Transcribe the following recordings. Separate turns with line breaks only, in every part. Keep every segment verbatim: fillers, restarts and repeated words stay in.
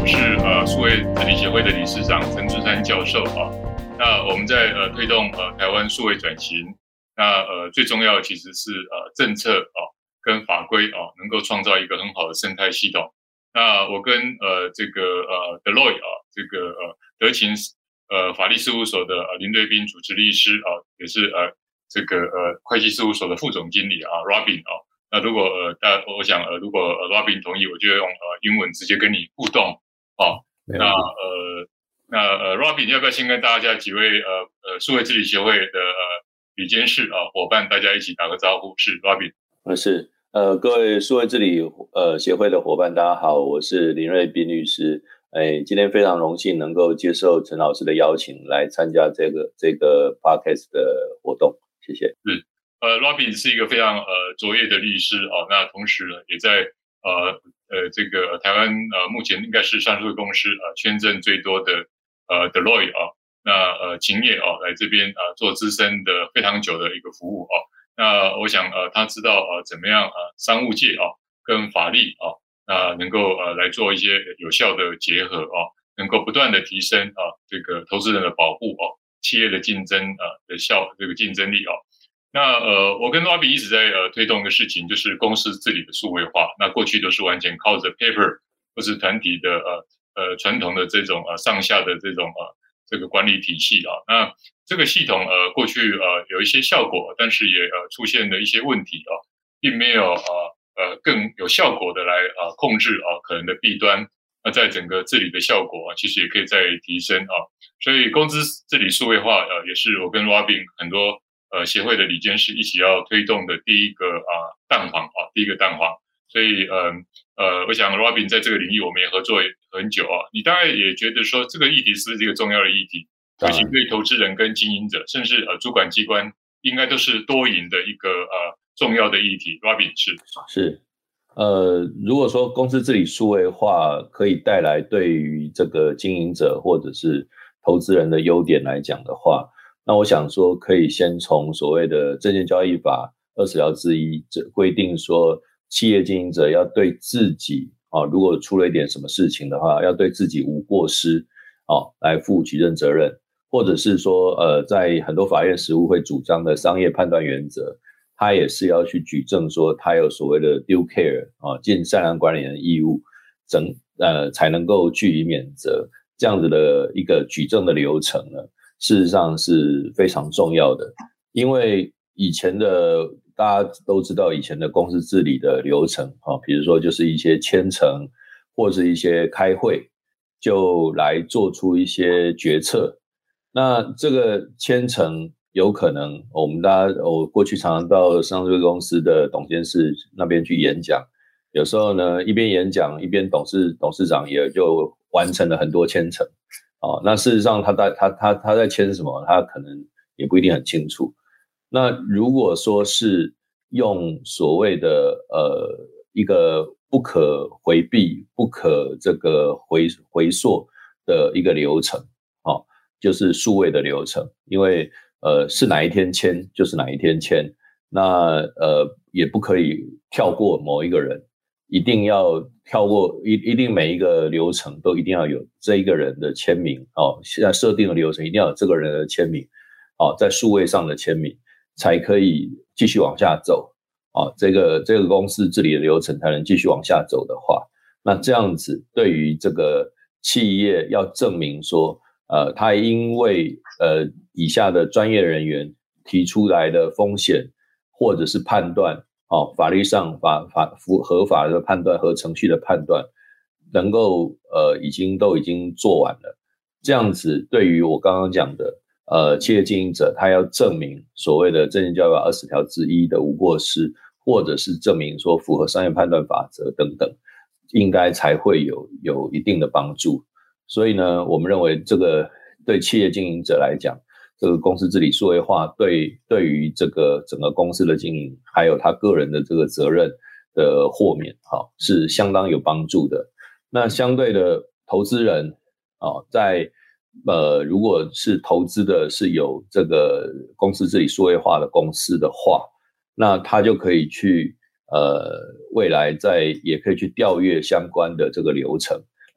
是呃数位治理协会的理事长陈春山教授啊。那我们在呃推动呃台湾数位转型，那呃最重要的其实是呃政策啊跟法规啊能够创造一个很好的生态系统。那我跟呃这个呃 Deloitte 啊这个呃德勤呃法律事务所的呃林瑞斌主持律师啊，也是呃这个呃会计事务所的副总经理啊 Robin 啊。那如果呃大我想呃如果呃 Robin 同意，我就用呃英文直接跟你互动哦。那呃那呃 Robin 要不要先跟大家几位呃呃数位治理协会的呃理监事啊伙伴大家一起打个招呼？是 Robin。
呃是呃各位数位治理呃协会的伙伴，大家好，我是林瑞斌律师。哎，今天非常荣幸能够接受陈老师的邀请来参加这个这个 podcast 的活动，谢谢。
是。呃 Robin 是一个非常呃卓越的律师哦，那同时呢也在呃呃这个台湾呃目前应该是上市公司呃签证最多的呃 Deloitte 啊，那呃勤业哦来这边呃做资深的非常久的一个服务哦。那我想呃他知道呃怎么样呃商务界哦跟法律哦那能够呃来做一些有效的结合哦，能够不断的提升啊这个投资人的保护哦，企业的竞争呃的效这个竞争力哦。那呃，我跟 Robin 一直在呃推动一个事情，就是公司治理的数位化。那过去都是完全靠着 paper 或是团体的呃呃传统的这种呃上下的这种呃这个管理体系啊。那这个系统呃过去呃有一些效果，但是也呃出现了一些问题啊，并没有呃呃更有效果的来呃控制啊可能的弊端。那在整个治理的效果啊，其实也可以再提升啊。所以公司治理数位化呃也是我跟 Robin 很多。呃，协会的理监事一起要推动的第一个啊蛋黄啊，第一个蛋黄。所以呃呃，我想 Robin 在这个领域我们也合作很久啊。你大概也觉得说这个议题是一个重要的议题，尤其对投资人跟经营者，甚至呃主管机关，应该都是多赢的一个呃重要的议题。Robin 是
是呃，如果说公司治理数位化可以带来对于这个经营者或者是投资人的优点来讲的话，那我想说，可以先从所谓的证券交易法二十条之一，这规定说，企业经营者要对自己啊，如果出了一点什么事情的话，要对自己无过失啊来负举证责任，或者是说，呃，在很多法院实务会主张的商业判断原则，他也是要去举证说，他有所谓的 due care 啊，尽善良管理人义务，整呃才能够据以免责，这样子的一个举证的流程呢。事实上是非常重要的，因为以前的大家都知道，以前的公司治理的流程啊，比如说就是一些签呈或是一些开会，就来做出一些决策。那这个签呈有可能，我们大家我过去常常到上市公司的董监事那边去演讲，有时候呢一边演讲一边董事董事长也就完成了很多签呈。哦，那事实上他在他他他在签什么，他可能也不一定很清楚。那如果说是用所谓的呃一个不可回避、不可这个回回溯的一个流程，哦，就是数位的流程，因为呃是哪一天签就是哪一天签，那呃也不可以跳过某一个人。一定要跳过一一定每一个流程都一定要有这一个人的签名哦，现在设定的流程一定要有这个人的签名哦，在数位上的签名才可以继续往下走哦，这个这个公司治理的流程才能继续往下走的话，那这样子对于这个企业要证明说呃，他因为呃以下的专业人员提出来的风险或者是判断哦，法律上法法符合法的判断和程序的判断，能够呃已经都已经做完了。这样子对于我刚刚讲的呃企业经营者，他要证明所谓的证券交易法二十条之一的无过失，或者是证明说符合商业判断法则等等，应该才会有有一定的帮助。所以呢，我们认为这个对企业经营者来讲，这个公司治理数位化对对于这个整个公司的经营，还有他个人的这个责任的豁免，好，是相当有帮助的。那相对的，投资人啊，在呃如果是投资的是有这个公司治理数位化的公司的话，那他就可以去呃未来在也可以去调阅相关的这个流程，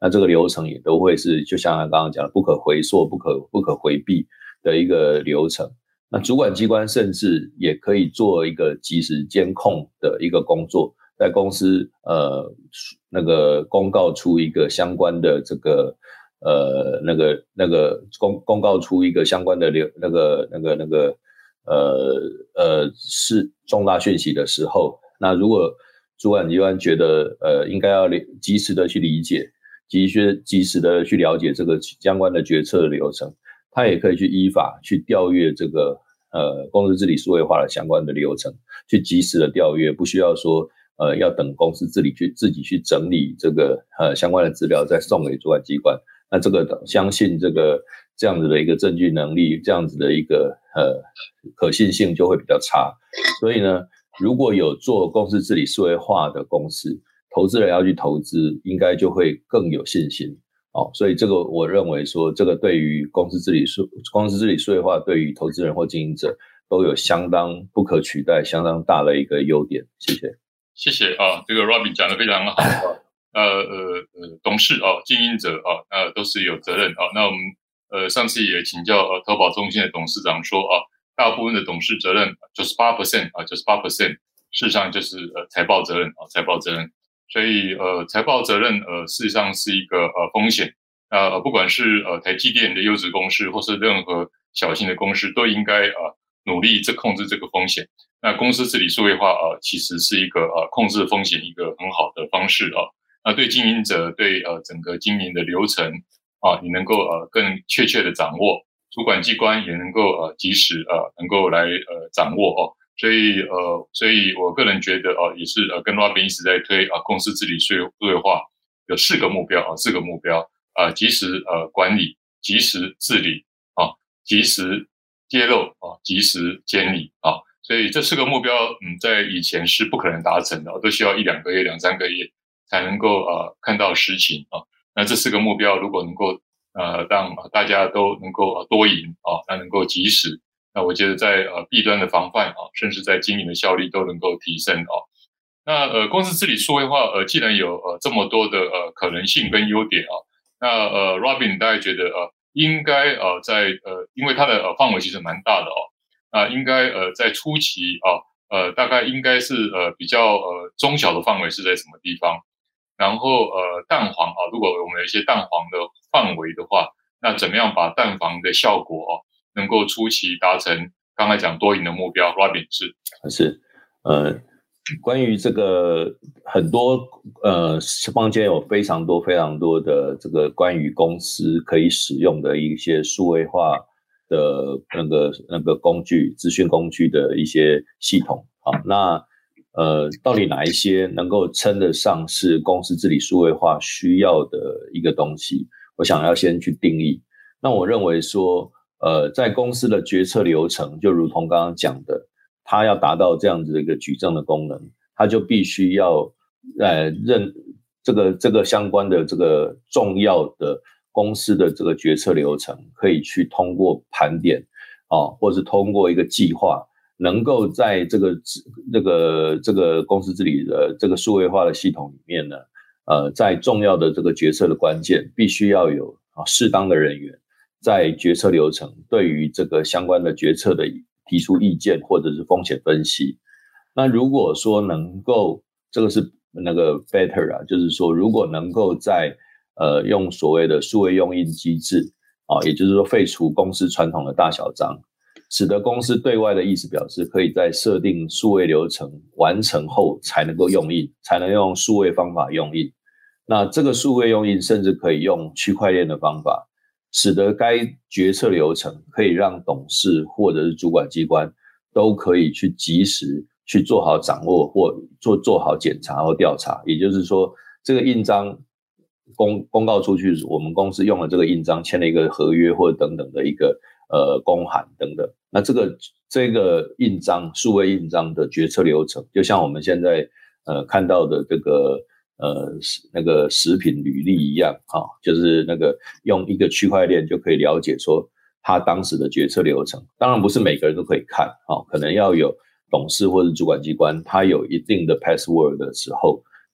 那这个流程也都会是就像他刚刚讲的不可回溯、不可不可回避的一个流程。那主管机关甚至也可以做一个即时监控的一个工作，在公司呃那个公告出一个相关的这个呃那个那个公公告出一个相关的流那个那个那个呃呃是重大讯息的时候，那如果主管机关觉得呃应该要及时的去理解，及时及时的去了解这个相关的决策流程，他也可以去依法去调阅这个呃公司治理数位化的相关的流程，去及时的调阅，不需要说呃要等公司治理去自己去整理这个呃相关的资料再送给主管机关。那这个相信这个这样子的一个证据能力，这样子的一个呃可信性就会比较差。所以呢，如果有做公司治理数位化的公司，投资人要去投资，应该就会更有信心。哦，所以这个我认为说，这个对于公司治理数公司治理数位化，对于投资人或经营者都有相当不可取代、相当大的一个优点。谢谢，
谢谢啊，这个 Robin 讲得非常好啊。呃呃呃，董事啊、经营者啊，呃都是有责任啊。那我们呃上次也请教呃投保中心的董事长说啊，大部分的董事责任九十八 percent 啊，九十八 percent， 事实上就是呃财报责任啊，财报责任。所以呃财报责任呃事实上是一个呃风险。呃不管是呃台积电的优质公司，或是任何小型的公司，都应该呃努力这控制这个风险。那公司治理数位化呃其实是一个呃控制风险一个很好的方式啊。那对经营者，对呃整个经营的流程啊，你能够呃更确切的掌握，主管机关也能够呃及时呃能够来呃掌握哦。所以呃，所以我个人觉得哦、呃，也是呃跟 Robin 一直在推啊、呃、公司治理数位化有四个目标啊、呃，四个目标啊、呃，及时呃管理，及时治理啊，及时揭露啊，及时监理啊。所以这四个目标，嗯，在以前是不可能达成的，都需要一两个月、两三个月才能够呃看到实情啊。那这四个目标如果能够呃让大家都能够多赢啊，那能够及时，那我觉得在呃弊端的防范啊，甚至在经营的效率都能够提升啊。那呃公司治理数位化呃既然有呃这么多的呃可能性跟优点啊，那呃 Robin 大概觉得呃应该呃在呃因为它的呃范围其实蛮大的哦，啊、呃、应该呃在初期啊呃大概应该是呃比较呃中小的范围是在什么地方？然后呃蛋黄啊，如果我们有一些蛋黄的范围的话，那怎么样把蛋黄的效果哦能够初期达成刚才讲多赢的目标 ？Robin 是
是呃，关于这个很多呃坊间有非常多非常多的这个关于公司可以使用的一些数位化的那个那个工具、资讯工具的一些系统啊，那呃，到底哪一些能够称得上是公司治理数位化需要的一个东西？我想要先去定义。那我认为说，呃，在公司的决策流程，就如同刚刚讲的，它要达到这样子的一个举证的功能，它就必须要呃认这个这个相关的这个重要的公司的这个决策流程，可以去通过盘点啊，或是通过一个计划。能够在这个这个这个公司治理的这个数位化的系统里面呢，呃，在重要的这个决策的关键，必须要有啊适当的人员在决策流程对于这个相关的决策的提出意见或者是风险分析。那如果说能够，这个是那个 better 啊，就是说如果能够在呃用所谓的数位用印机制啊，也就是说废除公司传统的大小章。使得公司对外的意思表示，可以在设定数位流程完成后才能够用印，才能用数位方法用印。那这个数位用印甚至可以用区块链的方法，使得该决策流程可以让董事或者是主管机关都可以去及时去做好掌握或做做好检查或调查。也就是说，这个印章公公告出去，我们公司用了这个印章签了一个合约或者等等的一个呃公函等等。那这个这个印章数位印章的决策流程，就像我们现在呃看到的这个呃那个食品履历一样啊，就是那个用一个区块链就可以了解说他当时的决策流程。当然不是每个人都可以看啊，可能要有董事或者主管机关他有一定的 password 的时候，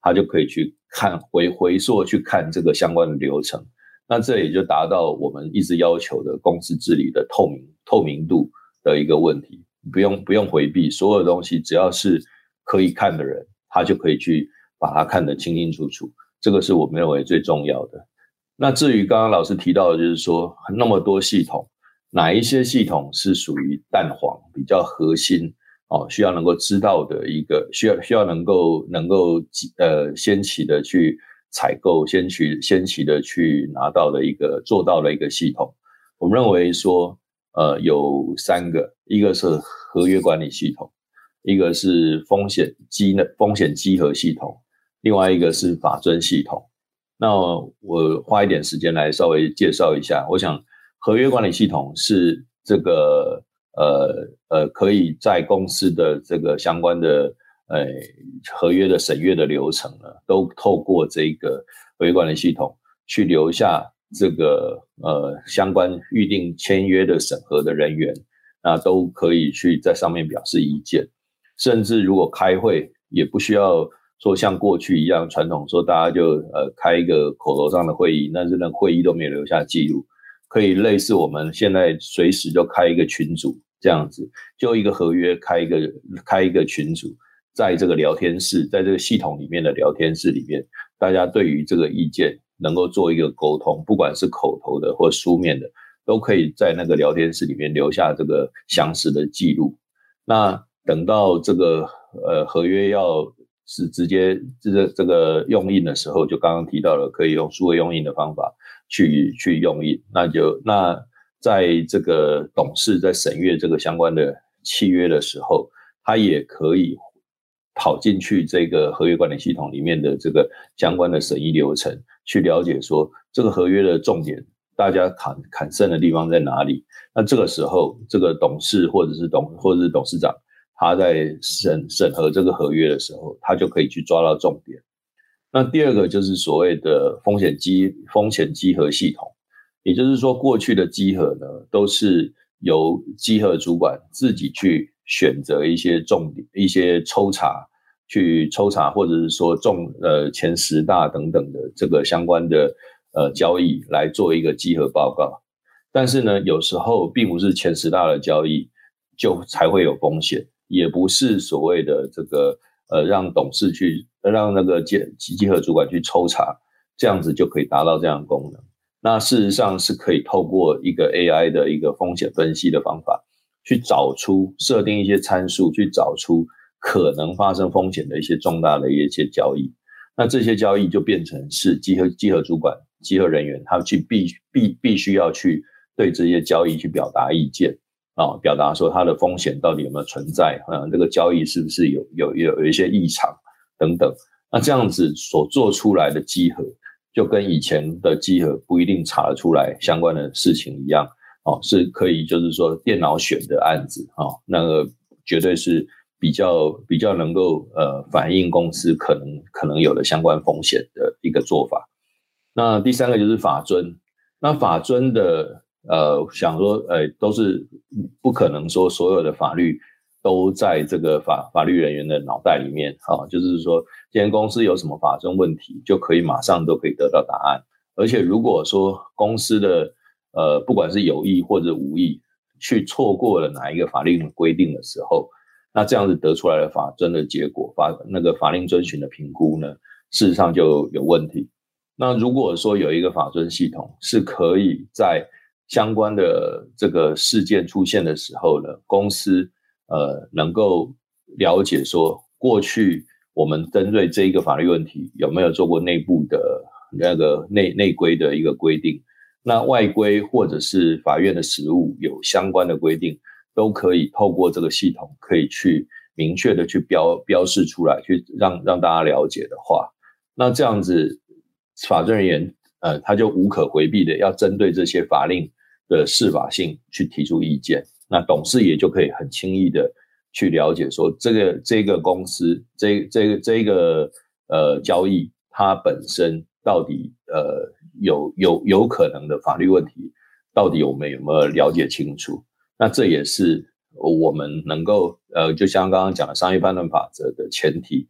他就可以去看回回溯去看这个相关的流程。那这也就达到我们一直要求的公司治理的透明透明度的一个问题，不用不用回避，所有东西只要是可以看的人，他就可以去把它看得清清楚楚，这个是我们认为最重要的。那至于刚刚老师提到的，就是说那么多系统，哪一些系统是属于蛋黄比较核心哦，需要能够知道的一个，需要需要能够能够呃先期的去采购，先期先期的去拿到的一个做到的一个系统。我们认为说呃有三个，一个是合约管理系统，一个是风险稽风险稽核系统，另外一个是法遵系统。那我花一点时间来稍微介绍一下。我想合约管理系统是这个呃呃可以在公司的这个相关的呃合约的审阅的流程呢，都透过这个合约管理系统去留下这个呃相关预定签约的审核的人员，那都可以去在上面表示意见。甚至如果开会也不需要说像过去一样传统说大家就呃开一个口头上的会议，但是那会议都没有留下记录，可以类似我们现在随时就开一个群组这样子，就一个合约开一个开一个群组，在这个聊天室，在这个系统里面的聊天室里面，大家对于这个意见能够做一个沟通，不管是口头的或书面的，都可以在那个聊天室里面留下这个详实的记录。那等到这个呃合约要是直接这个这个用印的时候，就刚刚提到了可以用数位用印的方法去去用印，那就那在这个董事在审阅这个相关的契约的时候，他也可以跑进去这个合约管理系统里面的这个相关的审议流程，去了解说这个合约的重点，大家砍砍胜的地方在哪里。那这个时候，这个董事或者是董或者是董事长，他在审审核这个合约的时候，他就可以去抓到重点。那第二个就是所谓的风险稽风险稽核系统，也就是说过去的稽核呢，都是由稽核主管自己去选择一些重点、一些抽查，去抽查或者是说重呃前十大等等的这个相关的呃交易来做一个稽核报告。但是呢，有时候并不是前十大的交易就才会有风险，也不是所谓的这个呃让董事去让那个稽稽核主管去抽查，这样子就可以达到这样的功能。那事实上是可以透过一个 A I 的一个风险分析的方法，去找出设定一些参数，去找出可能发生风险的一些重大的一些交易。那这些交易就变成是稽核稽核主管、稽核人员，他去必必必须要去对这些交易去表达意见啊，表达说它的风险到底有没有存在啊，这个交易是不是有有有有一些异常等等。那这样子所做出来的稽核，就跟以前的稽核不一定查得出来相关的事情一样，哦，是可以就是说电脑选的案子，哦，那个绝对是比较比较能够呃反映公司可能可能有的相关风险的一个做法。那第三个就是法遵，那法遵的呃想说呃都是不可能说所有的法律都在这个法法律人员的脑袋里面啊，就是说今天公司有什么法遵问题，就可以马上都可以得到答案。而且如果说公司的呃不管是有意或者无意去错过了哪一个法令规定的时候，那这样子得出来的法遵的结果，法那个法令遵循的评估呢，事实上就有问题。那如果说有一个法遵系统是可以在相关的这个事件出现的时候呢，公司呃能够了解说过去我们针对这一个法律问题有没有做过内部的那个内内规的一个规定，那外规或者是法院的实务有相关的规定，都可以透过这个系统可以去明确的去标标示出来，去让让大家了解的话，那这样子法遵人员呃他就无可回避的要针对这些法令的适法性去提出意见，那董事也就可以很轻易的去了解说这个这个公司这这个这个呃交易它本身到底呃有有有可能的法律问题到底我们有没有了解清楚。那这也是我们能够呃就像刚刚讲的商业判断法则的前提，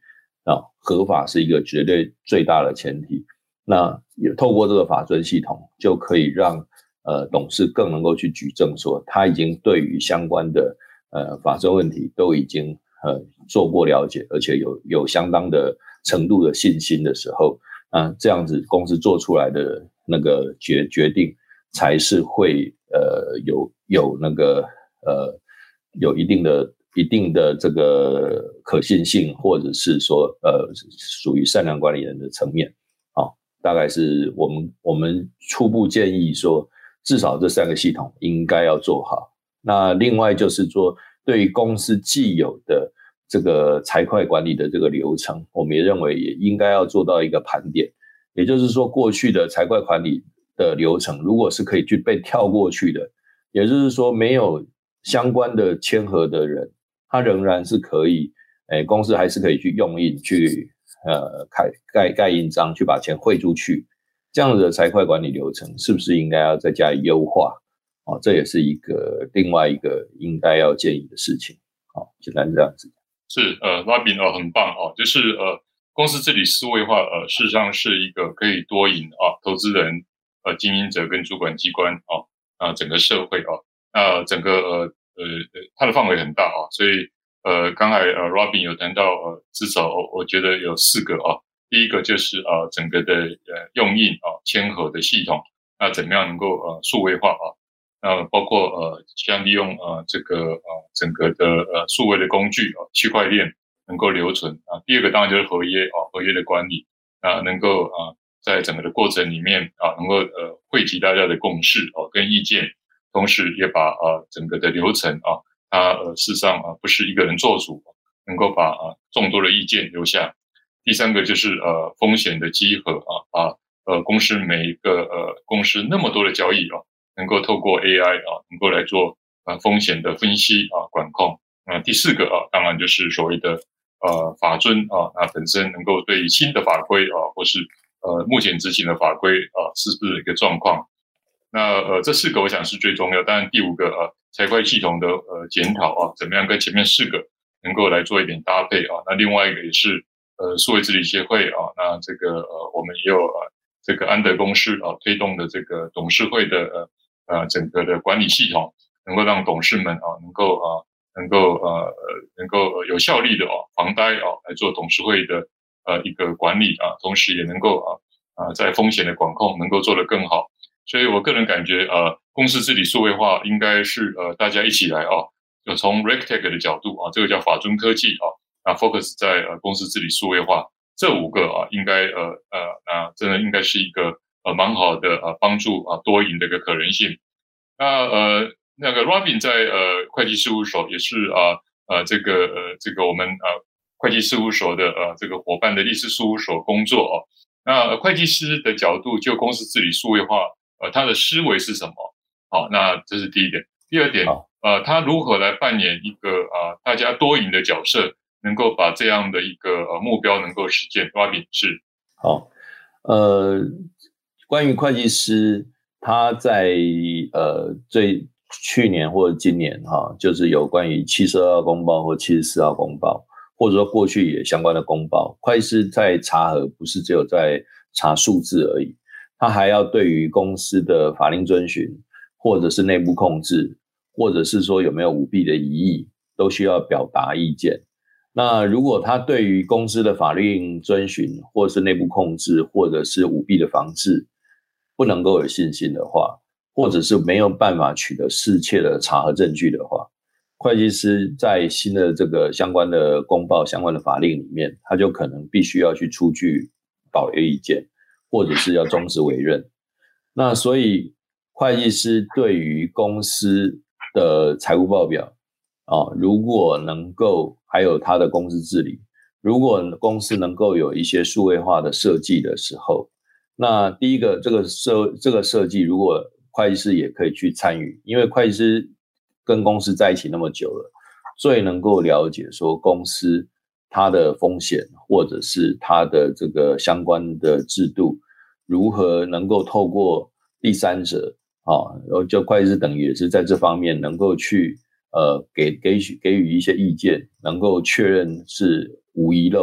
啊，合法是一个绝对最大的前提。那也透过这个法遵系统，就可以让呃董事更能够去举证说，他已经对于相关的呃法遵问题都已经呃做过了解，而且有有相当的程度的信心的时候，那这样子公司做出来的那个决决定才是会呃有有那个呃有一定的一定的这个可信性，或者是说呃属于善良管理人的层面。大概是我们我们初步建议说，至少这三个系统应该要做好。那另外就是说，对于公司既有的这个财会管理的这个流程，我们也认为也应该要做到一个盘点。也就是说，过去的财会管理的流程，如果是可以去被跳过去的，也就是说没有相关的签核的人，他仍然是可以，哎，公司还是可以去用印去。呃，盖盖盖印章去把钱汇出去，这样子的财会管理流程是不是应该要再加以优化？哦，这也是一个另外一个应该要建议的事情。好、哦，简单这样子。
是呃 ，Robin 哦，很棒哦，就是呃，公司治理思维化呃，事实上是一个可以多赢啊，投资人、呃，经营者跟主管机关啊啊，整个社会啊，那整个呃呃它的范围很大啊，所以。呃，刚才呃 ，Robin 有谈到呃，至少我我觉得有四个啊。第一个就是呃，整个的呃用印啊、签核的系统，那怎么样能够呃数位化啊？那包括呃，像利用呃这个呃整个的呃数位的工具啊，区块链能够留存啊。第二个当然就是合约啊，合约的管理啊，能够啊在整个的过程里面啊，能够呃汇集大家的共识啊跟意见，同时也把啊整个的流程啊。他呃，事实上啊，不是一个人做主，能够把啊众多的意见留下。第三个就是呃风险的稽核啊，把呃公司每一个呃公司那么多的交易啊，能够透过 A I 啊，能够来做呃风险的分析啊管控。那第四个啊，当然就是所谓的呃法遵啊，那本身能够对新的法规啊，或是呃目前执行的法规啊，是不是一个状况？那呃，这四个我想是最重要。当然，第五个呃，财会系统的呃检讨啊，怎么样跟前面四个能够来做一点搭配啊？那另外一个也是呃，数位治理协会啊，那这个呃，我们也有呃这个安德公司啊推动的这个董事会的呃呃整个的管理系统，能够让董事们啊能够啊能够呃能够有效率的哦防呆啊来做董事会的呃一个管理啊，同时也能够啊啊在风险的管控能够做得更好。所以我个人感觉，呃，公司治理数位化应该是呃大家一起来哦，就从 RegTech 的角度啊，这个叫法遵科技啊，那 focus 在呃公司治理数位化这五个啊，应该呃呃那真的应该是一个呃蛮好的呃帮助啊多赢的一个可能性。那呃那个 Robin 在呃会计事务所也是啊呃这个呃这个我们呃会计事务所的呃这个伙伴的律师事务所工作哦。那会计师的角度，就公司治理数位化。呃，他的思维是什么？好，那这是第一点。第二点，呃，他如何来扮演一个啊、呃、大家多赢的角色，能够把这样的一个呃目标能够实现。Robin 是
好，呃，关于会计师，他在呃最去年或者今年哈，就是有关于七十二号公报或七十四号公报，或者说过去也相关的公报，会计师在查核不是只有在查数字而已。他还要对于公司的法令遵循，或者是内部控制，或者是说有没有舞弊的疑义，都需要表达意见。那如果他对于公司的法令遵循，或者是内部控制，或者是舞弊的防治，不能够有信心的话，或者是没有办法取得适切的查核证据的话，会计师在新的这个相关的公报、相关的法令里面，他就可能必须要去出具保留意见。或者是要终止委任。那所以会计师对于公司的财务报表啊，如果能够还有他的公司治理，如果公司能够有一些数位化的设计的时候，那第一个这个设这个设计，如果会计师也可以去参与，因为会计师跟公司在一起那么久了，最能够了解说公司它的风险，或者是它的这个相关的制度，如何能够透过第三者啊，然后就会计师等于也是在这方面能够去呃给给予给予一些意见，能够确认是无遗漏，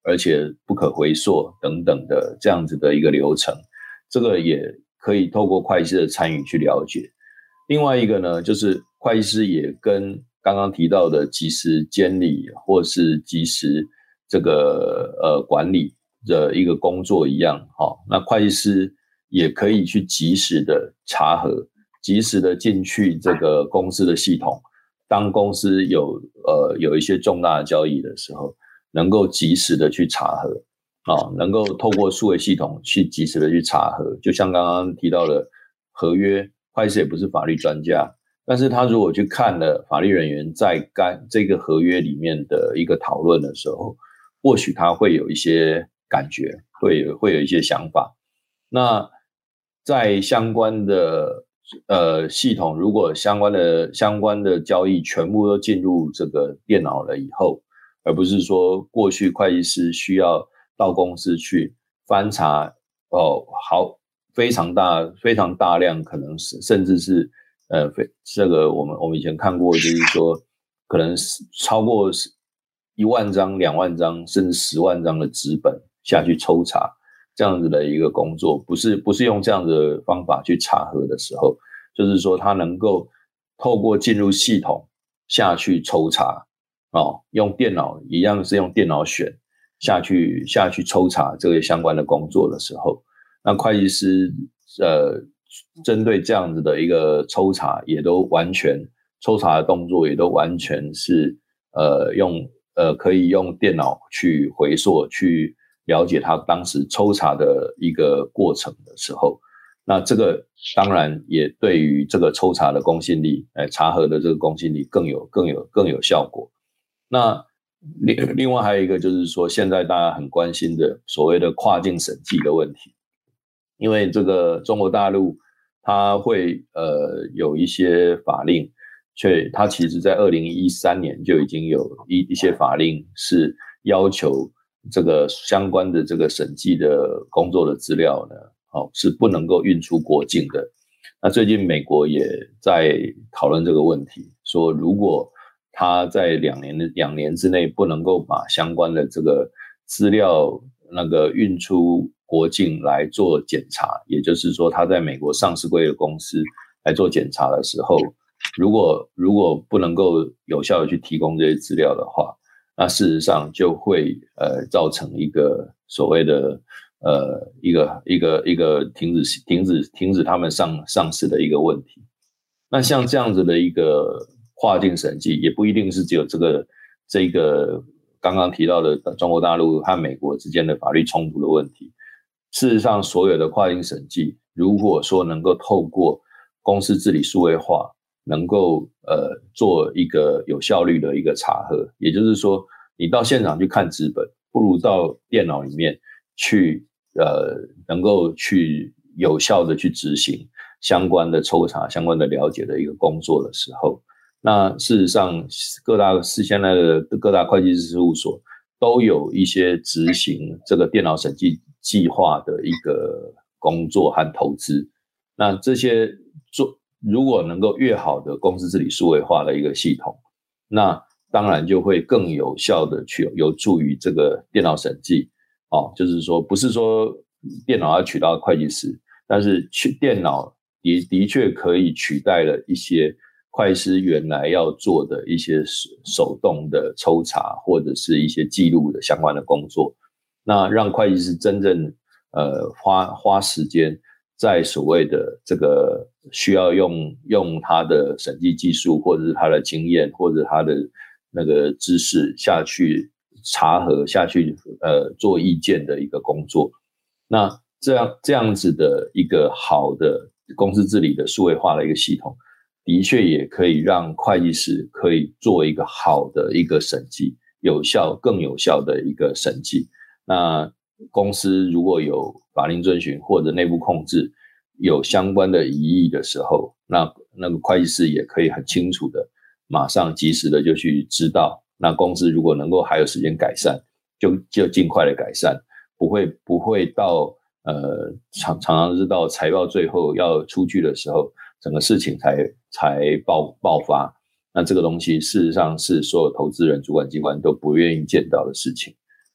而且不可回溯等等的这样子的一个流程，这个也可以透过会计师的参与去了解。另外一个呢，就是会计师也跟刚刚提到的即时监理或是即时这个呃管理的一个工作一样，哦，那会计师也可以去及时的查核，及时的进去这个公司的系统，当公司有呃有一些重大的交易的时候，能够及时的去查核，哦，能够透过数位系统去及时的去查核。就像刚刚提到的合约，会计师也不是法律专家，但是他如果去看了法律人员在该这个合约里面的一个讨论的时候，或许他会有一些感觉，会有会有一些想法。那在相关的呃系统，如果相关的相关的交易全部都进入这个电脑了以后，而不是说过去会计师需要到公司去翻查哦，好非常大非常大量，可能是甚至是呃这个我们我们以前看过，就是说可能是超过一万张、两万张甚至十万张的纸本下去抽查。这样子的一个工作，不是不是用这样的方法去查核的时候，就是说他能够透过进入系统下去抽查，哦，用电脑一样是用电脑选下去下去抽查这个相关的工作的时候，那会计师呃针对这样子的一个抽查，也都完全抽查的动作也都完全是呃用呃可以用电脑去回溯去了解他当时抽查的一个过程的时候，那这个当然也对于这个抽查的公信力，哎，查核的这个公信力更有更有更有效果。那另另外还有一个就是说，现在大家很关心的所谓的跨境审计的问题，因为这个中国大陆它会呃有一些法令，却它其实在二零一三年就已经有一一些法令是要求这个相关的这个审计的工作的资料呢，哦，是不能够运出国境的。那最近美国也在讨论这个问题，说如果他在两年的两年之内不能够把相关的这个资料那个运出国境来做检查，也就是说他在美国上市柜的公司来做检查的时候，如果如果不能够有效的去提供这些资料的话，那事实上就会呃造成一个所谓的呃一个一个一个停止停止停止他们上上市的一个问题。那像这样子的一个跨境审计，也不一定是只有这个这个刚刚提到的中国大陆和美国之间的法律冲突的问题。事实上，所有的跨境审计，如果说能够透过公司治理数位化，能够呃做一个有效率的一个查核，也就是说，你到现场去看纸本，不如到电脑里面去呃能够去有效的去执行相关的抽查、相关的了解的一个工作的时候，那事实上各大是现在的各大会计师事务所都有一些执行这个电脑审计计划的一个工作和投资。那这些做如果能够越好的公司治理数位化的一个系统，那当然就会更有效的去有助于这个电脑审计。哦，就是说不是说电脑要取代会计师，但是去电脑的的确可以取代了一些会计师原来要做的一些手动的抽查或者是一些记录的相关的工作，那让会计师真正呃花花时间在所谓的这个需要用用他的审计技术或者是他的经验或者他的那个知识下去查核下去呃做意见的一个工作。那这样这样子的一个好的公司治理的数位化的一个系统，的确也可以让会计师可以做一个好的一个审计，有效更有效的一个审计。那公司如果有法令遵循或者内部控制有相关的疑义的时候，那那个会计师也可以很清楚的马上及时的就去知道，那公司如果能够还有时间改善，就就尽快的改善，不会不会到呃常常常是到财报最后要出去的时候，整个事情才才爆爆发。那这个东西事实上是所有投资人主管机关都不愿意见到的事情。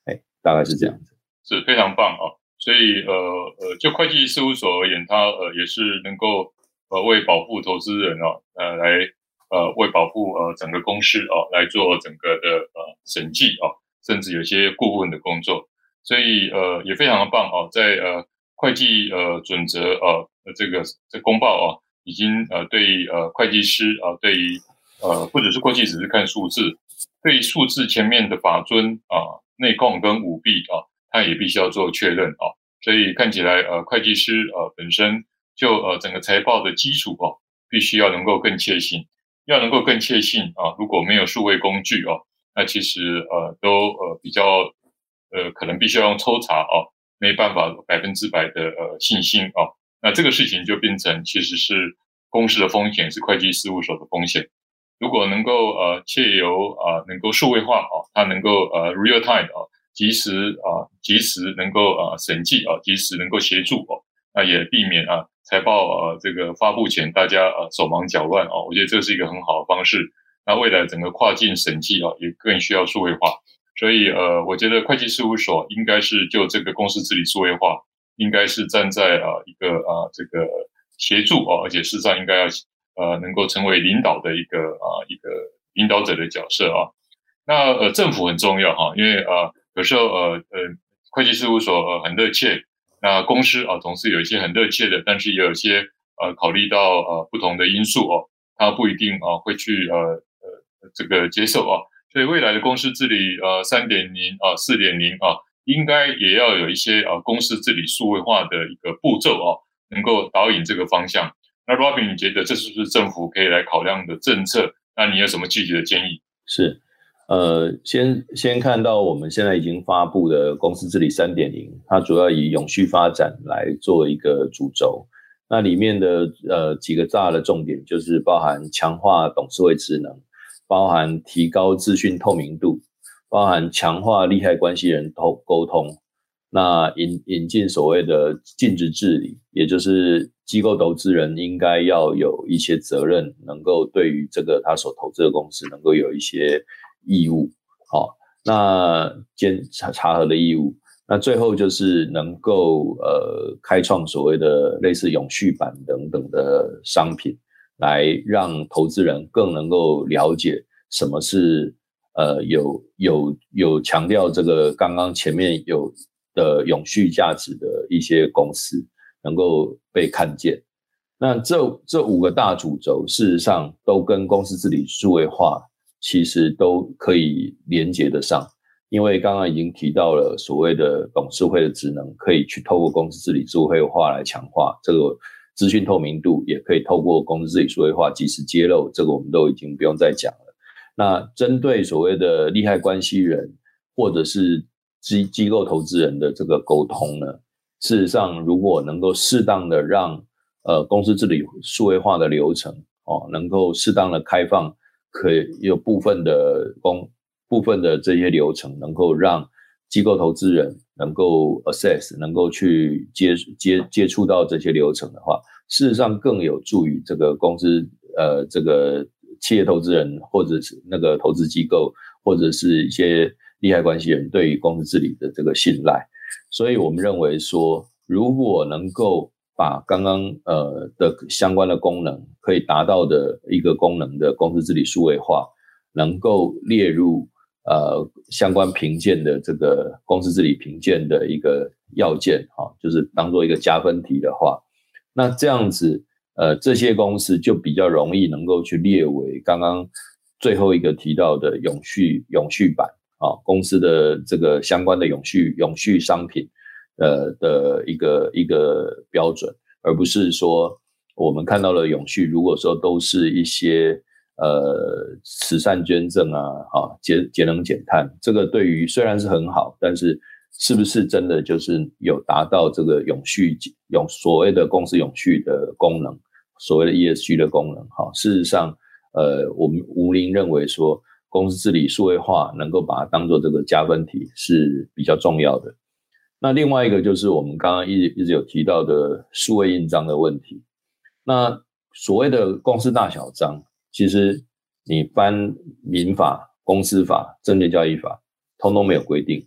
大概是这样子。
是非常棒啊！所以呃呃，就会计事务所而言，它呃也是能够呃为保护投资人哦，呃来呃为保护呃整个公司哦来做整个的呃审计哦，甚至有些顾问的工作，所以呃也非常的棒哦，在呃会计呃准则呃这个这公报哦，已经呃对呃会计师啊、呃、对于呃或者是过去只是看数字，对数字前面的法遵啊、内控跟舞弊啊。他也必须要做确认哦，所以看起来呃会计师呃本身就呃整个财报的基础哦，必须要能够更确信，要能够更确信啊，如果没有数位工具哦，那其实呃都呃比较呃可能必须要用抽查哦，没办法百分之百的呃信心哦，那这个事情就变成其实是公司的风险，是会计事务所的风险。如果能够呃借由啊、呃、能够数位化哦，它能够呃 real time 哦。及时啊，及时能够啊审计啊，及时能够协助哦，那也避免啊财报啊这个发布前大家啊手忙脚乱哦，我觉得这是一个很好的方式。那未来整个跨境审计啊，也更需要数位化，所以呃，我觉得会计事务所应该是就这个公司治理数位化，应该是站在啊一个啊这个协助哦，而且事实上应该要呃能够成为领导的一个啊一个领导者的角色啊。那呃政府很重要哈，因为呃有时候呃呃会计事务所呃很热切，那公司啊总是有一些很热切的，但是也有一些呃考虑到呃不同的因素哦，它不一定啊会去呃呃这个接受啊，所以未来的公司治理呃三点零啊四点零啊，应该也要有一些啊公司治理数位化的一个步骤哦，能够导引这个方向。那 Robin， 你觉得这是不是政府可以来考量的政策？那你有什么具体的建议？
是。呃，先先看到我们现在已经发布的公司治理 三点零， 它主要以永续发展来做一个主轴。那里面的呃几个大的重点就是包含强化董事会职能，包含提高资讯透明度，包含强化利害关系人沟通，那引引进所谓的尽职治理，也就是机构投资人应该要有一些责任，能够对于这个他所投资的公司能够有一些义务，好、哦，那监察查核的义务，那最后就是能够呃开创所谓的类似永续版等等的商品，来让投资人更能够了解什么是呃有有有强调这个刚刚前面有的永续价值的一些公司能够被看见。那这这五个大主轴事实上都跟公司治理数位化其实都可以连结得上，因为刚刚已经提到了所谓的董事会的职能可以去透过公司治理数位化来强化，这个资讯透明度也可以透过公司治理数位化及时揭露，这个我们都已经不用再讲了。那针对所谓的利害关系人或者是机机构投资人的这个沟通呢，事实上如果能够适当的让呃公司治理数位化的流程哦，能够适当的开放，可以有部分的公部分的这些流程能够让机构投资人能够 access， 能够去接接接触到这些流程的话，事实上更有助于这个公司呃这个企业投资人或者是那个投资机构或者是一些利害关系人对于公司治理的这个信赖。所以我们认为说，如果能够把刚刚呃的相关的功能可以达到的一个功能的公司治理数位化，能够列入呃相关评鉴的这个公司治理评鉴的一个要件哈、哦，就是当做一个加分题的话，那这样子呃这些公司就比较容易能够去列为刚刚最后一个提到的永续永续版啊、哦，公司的这个相关的永续永续商品呃的一个一个标准，而不是说我们看到了永续，如果说都是一些呃慈善捐赠啊，啊节节能减碳，这个对于虽然是很好，但是是不是真的就是有达到这个永续永所谓的公司永续的功能，所谓的 E S G 的功能？哈，事实上，呃，我们吴林认为说，公司治理数位化能够把它当做这个加分题是比较重要的。那另外一个就是我们刚刚一直一直有提到的数位印章的问题。那所谓的公司大小章，其实你翻民法、公司法、证券交易法，通通没有规定。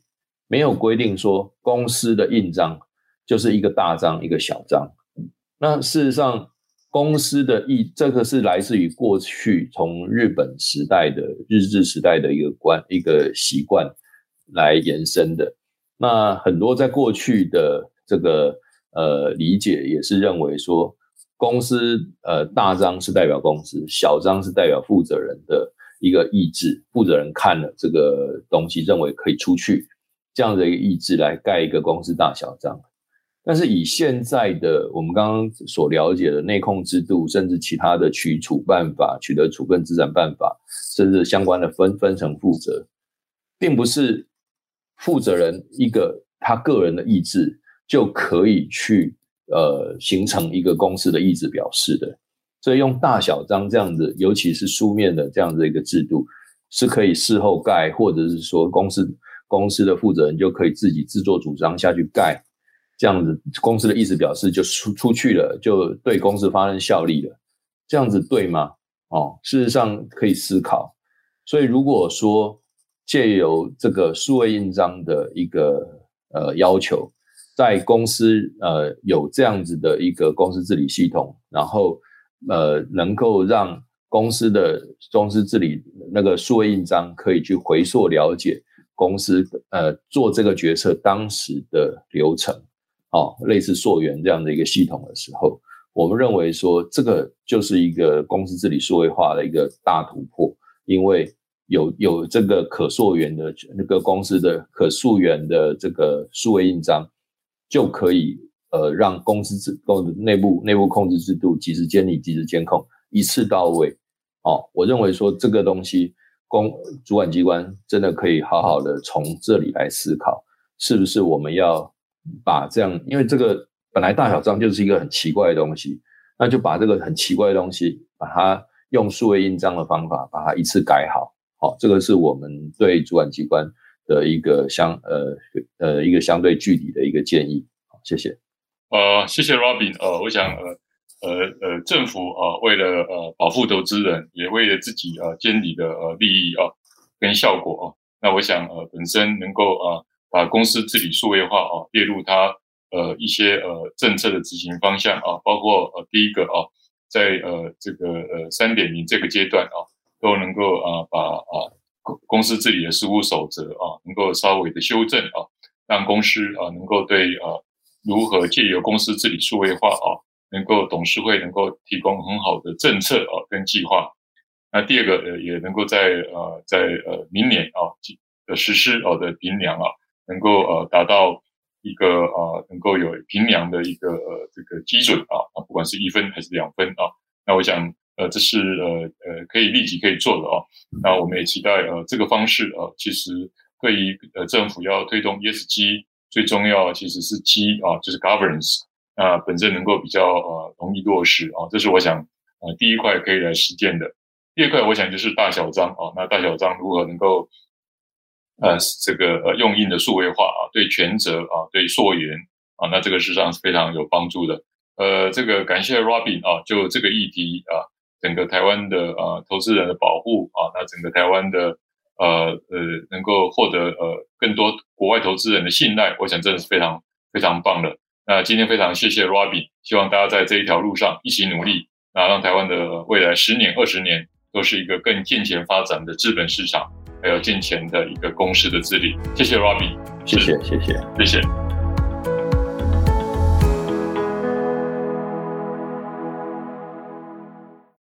没有规定说公司的印章就是一个大章一个小章。那事实上公司的印，这个是来自于过去从日本时代的日治时代的一个惯一个习惯来延伸的。那很多在过去的这个呃理解也是认为说，公司呃大章是代表公司，小章是代表负责人的一个意志，负责人看了这个东西认为可以出去，这样的一个意志来盖一个公司大小章。但是以现在的我们刚刚所了解的内控制度，甚至其他的取处办法、取得处分资产办法，甚至相关的分分成负责，并不是负责人一个他个人的意志就可以去呃形成一个公司的意志表示的。所以用大小章这样子，尤其是书面的这样的一个制度，是可以事后盖，或者是说公司公司的负责人就可以自己自作主张下去盖。这样子公司的意思表示就出出去了，就对公司发生效力了，这样子对吗？哦，事实上可以思考。所以如果说借由这个数位印章的一个呃要求，在公司呃有这样子的一个公司治理系统，然后呃能够让公司的公司治理那个数位印章可以去回溯了解公司呃做这个决策当时的流程。哦，类似溯源这样的一个系统的时候，我们认为说这个就是一个公司治理数位化的一个大突破，因为有有这个可溯源的那个公司的可溯源的这个数位印章，就可以呃让公司制内部内部控制制度及时监理、及时监控一次到位。哦，我认为说这个东西公主管机关真的可以好好的从这里来思考，是不是我们要把这样，因为这个本来大小章就是一个很奇怪的东西，那就把这个很奇怪的东西，把它用数位印章的方法把它一次改好。好、哦，这个是我们对主管机关的一个相呃呃一个相对具体的一个建议。好，谢谢。
呃，谢谢 Robin。呃，我想呃呃呃政府呃为了呃保护投资人，也为了自己呃监理的呃利益啊、呃、跟效果啊、呃，那我想呃本身能够啊。呃把公司治理数位化啊列入它呃一些呃政策的执行方向啊，包括呃第一个啊，在呃这个呃 三点零 这个阶段啊，都能够啊把啊公司治理的实务守则啊能够稍微的修正啊，让公司啊能够对啊如何借由公司治理数位化啊，能够董事会能够提供很好的政策啊跟计划。那第二个呃也能够在呃在呃明年啊的实施啊的评量啊。能够呃达到一个呃能够有评量的一个呃这个基准啊，不管是一分还是两分啊，那我想呃这是呃呃可以立即可以做的啊。那我们也期待呃这个方式啊，其实对于呃政府要推动 E S G 最重要其实是 G 啊，就是 governance 啊、呃、本身能够比较呃容易落实啊，这是我想呃第一块可以来实践的。第二块我想就是大小章啊，那大小章如何能够呃，这个呃用印的数位化啊，对权责啊，对溯源啊，那这个事实上是非常有帮助的。呃，这个感谢 Robin 啊，就这个议题啊，整个台湾的啊投资人的保护啊，那整个台湾的呃呃能够获得呃更多国外投资人的信赖，我想真的是非常非常棒的。那今天非常谢谢 Robin， 希望大家在这一条路上一起努力，那让台湾的未来十年、二十年都是一个更健全发展的资本市场。还有健全的一个公司的治理。谢谢 Robin，
谢谢谢谢
谢谢。